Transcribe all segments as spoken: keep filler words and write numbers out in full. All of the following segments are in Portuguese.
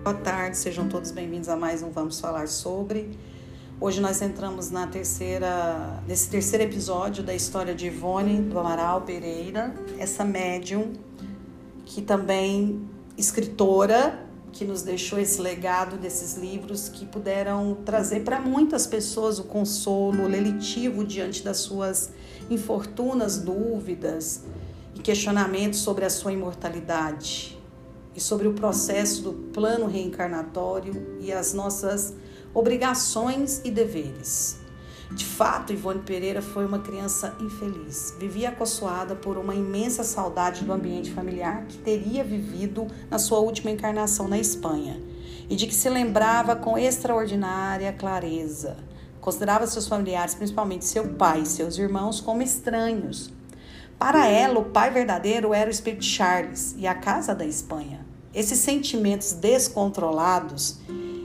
Boa tarde, sejam todos bem-vindos a mais um Vamos Falar Sobre. Hoje nós entramos na terceira, nesse terceiro episódio da história de Ivone do Amaral Pereira, essa médium que também escritora, que nos deixou esse legado desses livros que puderam trazer para muitas pessoas o consolo lelitivo diante das suas infortunas, dúvidas e questionamentos sobre a sua imortalidade e sobre o processo do plano reencarnatório e as nossas obrigações e deveres. De fato, Ivone Pereira foi uma criança infeliz. Vivia acossoada por uma imensa saudade do ambiente familiar que teria vivido na sua última encarnação na Espanha e de que se lembrava com extraordinária clareza. Considerava seus familiares, principalmente seu pai e seus irmãos, como estranhos. Para ela, o pai verdadeiro era o espírito Charles e a casa da Espanha. Esses sentimentos descontrolados,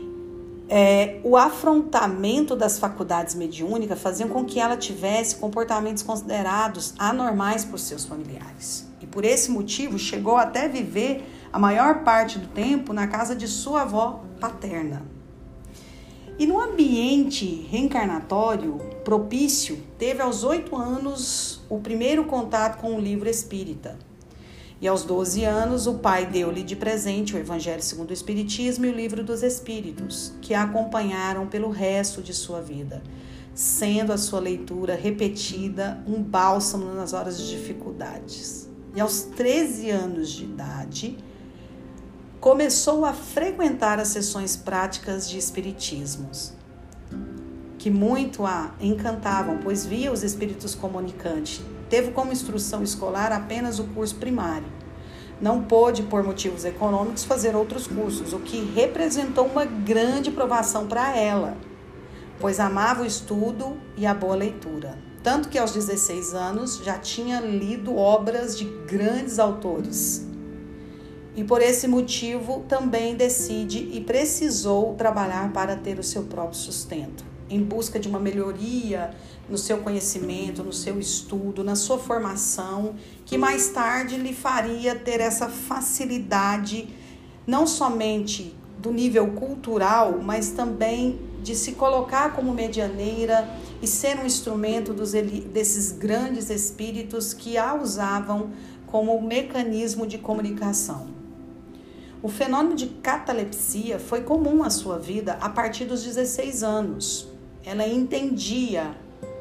é, o afrontamento das faculdades mediúnicas faziam com que ela tivesse comportamentos considerados anormais por seus familiares. E por esse motivo chegou até viver a maior parte do tempo na casa de sua avó paterna. E no ambiente reencarnatório propício, teve aos oito anos o primeiro contato com o livro espírita. E aos doze anos, o pai deu-lhe de presente o Evangelho segundo o Espiritismo e o Livro dos Espíritos, que a acompanharam pelo resto de sua vida, sendo a sua leitura repetida um bálsamo nas horas de dificuldades. E aos treze anos de idade, começou a frequentar as sessões práticas de espiritismos, que muito a encantavam, pois via os espíritos comunicantes. Teve como instrução escolar apenas o curso primário. Não pôde, por motivos econômicos, fazer outros cursos, o que representou uma grande provação para ela, pois amava o estudo e a boa leitura. Tanto que aos dezesseis anos já tinha lido obras de grandes autores. E por esse motivo também decide e precisou trabalhar para ter o seu próprio sustento, em busca de uma melhoria no seu conhecimento, no seu estudo, na sua formação, que mais tarde lhe faria ter essa facilidade, não somente do nível cultural, mas também de se colocar como medianeira e ser um instrumento dos, desses grandes espíritos que a usavam como mecanismo de comunicação. O fenômeno de catalepsia foi comum à sua vida a partir dos dezesseis anos. Ela entendia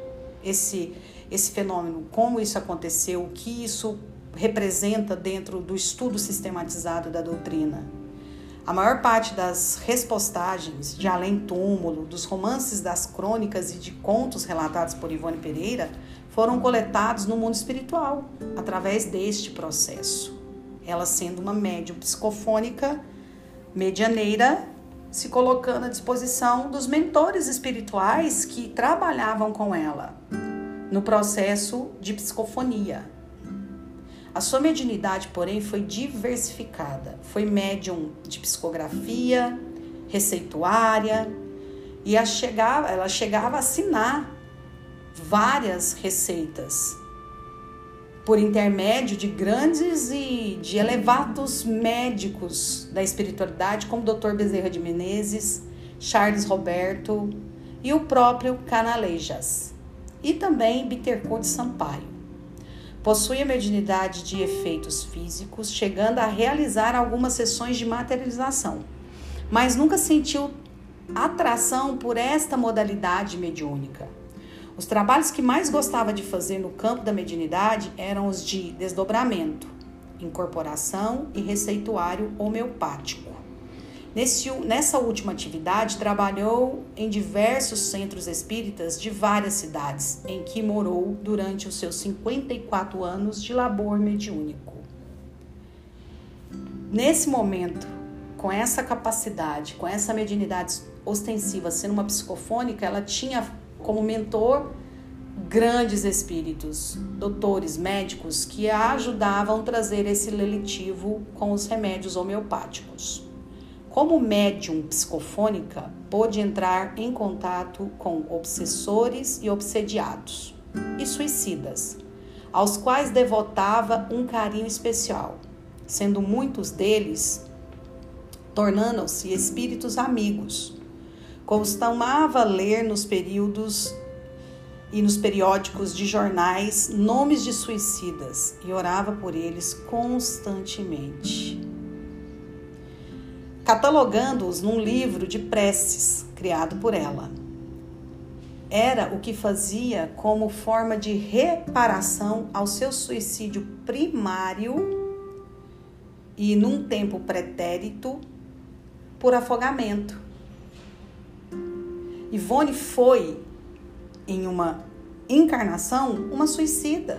esse, esse fenômeno, como isso aconteceu, o que isso representa dentro do estudo sistematizado da doutrina. A maior parte das repostagens de além-túmulo, dos romances, das crônicas e de contos relatados por Ivone Pereira foram coletados no mundo espiritual, através deste processo. Ela sendo uma médium psicofônica, medianeira, se colocando à disposição dos mentores espirituais que trabalhavam com ela no processo de psicofonia. A sua mediunidade, porém, foi diversificada. Foi médium de psicografia, receituária, e a chegava, ela chegava a assinar várias receitas por intermédio de grandes e de elevados médicos da espiritualidade, como doutor Bezerra de Menezes, Charles Roberto e o próprio Canalejas, e também Bittencourt de Sampaio. Possui a mediunidade de efeitos físicos, chegando a realizar algumas sessões de materialização, mas nunca sentiu atração por esta modalidade mediúnica. Os trabalhos que mais gostava de fazer no campo da mediunidade eram os de desdobramento, incorporação e receituário homeopático. Nesse, nessa última atividade, trabalhou em diversos centros espíritas de várias cidades, em que morou durante os seus cinquenta e quatro anos de labor mediúnico. Nesse momento, com essa capacidade, com essa mediunidade ostensiva, sendo uma psicofônica, ela tinha como mentor grandes espíritos, doutores, médicos, que a ajudavam a trazer esse lelitivo com os remédios homeopáticos. Como médium psicofônica, pôde entrar em contato com obsessores e obsediados e suicidas, aos quais devotava um carinho especial, sendo muitos deles tornando-se espíritos amigos. Costumava ler nos períodos e nos periódicos de jornais nomes de suicidas e orava por eles constantemente, catalogando-os num livro de preces criado por ela. Era o que fazia como forma de reparação ao seu suicídio primário e num tempo pretérito por afogamento. Ivone foi, em uma encarnação, uma suicida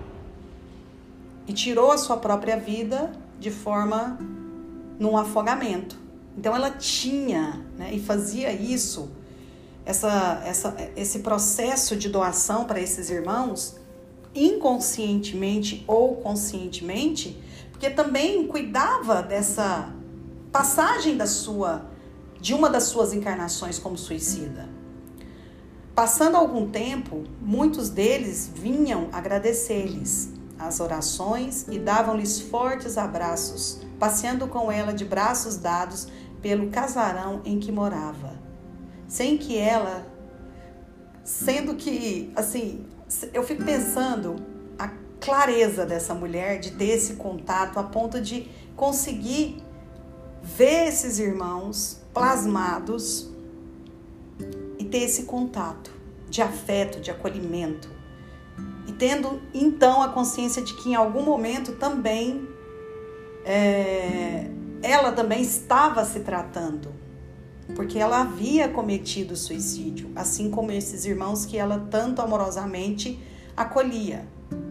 e tirou a sua própria vida de forma num afogamento. Então ela tinha, né, e fazia isso, essa, essa, esse processo de doação para esses irmãos, inconscientemente ou conscientemente, porque também cuidava dessa passagem da sua, de uma das suas encarnações como suicida. Passando algum tempo, muitos deles vinham agradecer-lhes as orações e davam-lhes fortes abraços, passeando com ela de braços dados pelo casarão em que morava. Sem que ela, sendo que, assim, eu fico pensando a clareza dessa mulher de ter esse contato a ponto de conseguir ver esses irmãos plasmados e ter esse contato de afeto, de acolhimento. E tendo, então, a consciência de que em algum momento também, é, ela também estava se tratando, porque ela havia cometido suicídio, assim como esses irmãos que ela tanto amorosamente acolhia.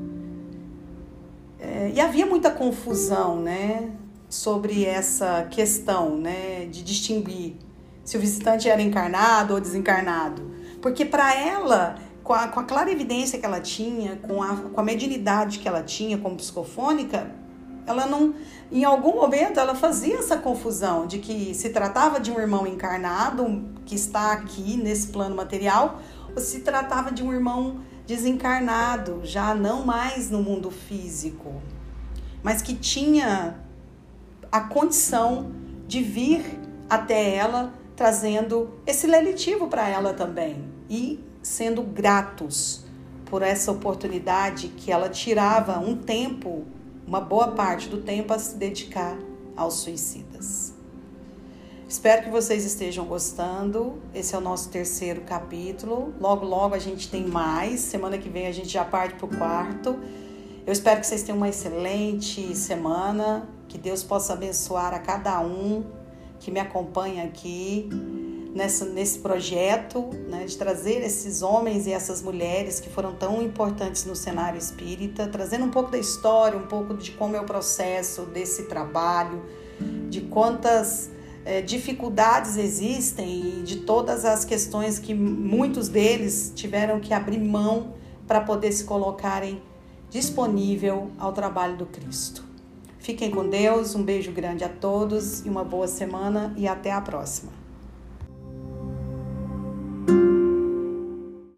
É, e havia muita confusão, né, sobre essa questão, né, de distinguir se o visitante era encarnado ou desencarnado. Porque para ela, com a, com a clara evidência que ela tinha, com a, com a mediunidade que ela tinha como psicofônica, ela não, em algum momento ela fazia essa confusão de que se tratava de um irmão encarnado que está aqui nesse plano material, ou se tratava de um irmão desencarnado, já não mais no mundo físico, mas que tinha a condição de vir até ela, trazendo esse lelitivo para ela também e sendo gratos por essa oportunidade que ela tirava um tempo, uma boa parte do tempo, a se dedicar aos suicidas. Espero que vocês estejam gostando. Esse é o nosso terceiro capítulo. Logo, logo a gente tem mais. Semana que vem a gente já parte para o quarto. Eu espero que vocês tenham uma excelente semana. Que Deus possa abençoar a cada um que me acompanha aqui nessa, nesse projeto, né, de trazer esses homens e essas mulheres que foram tão importantes no cenário espírita, trazendo um pouco da história, um pouco de como é o processo desse trabalho, de quantas é, dificuldades existem e de todas as questões que muitos deles tiveram que abrir mão para poder se colocarem disponível ao trabalho do Cristo. Fiquem com Deus, um beijo grande a todos e uma boa semana e até a próxima.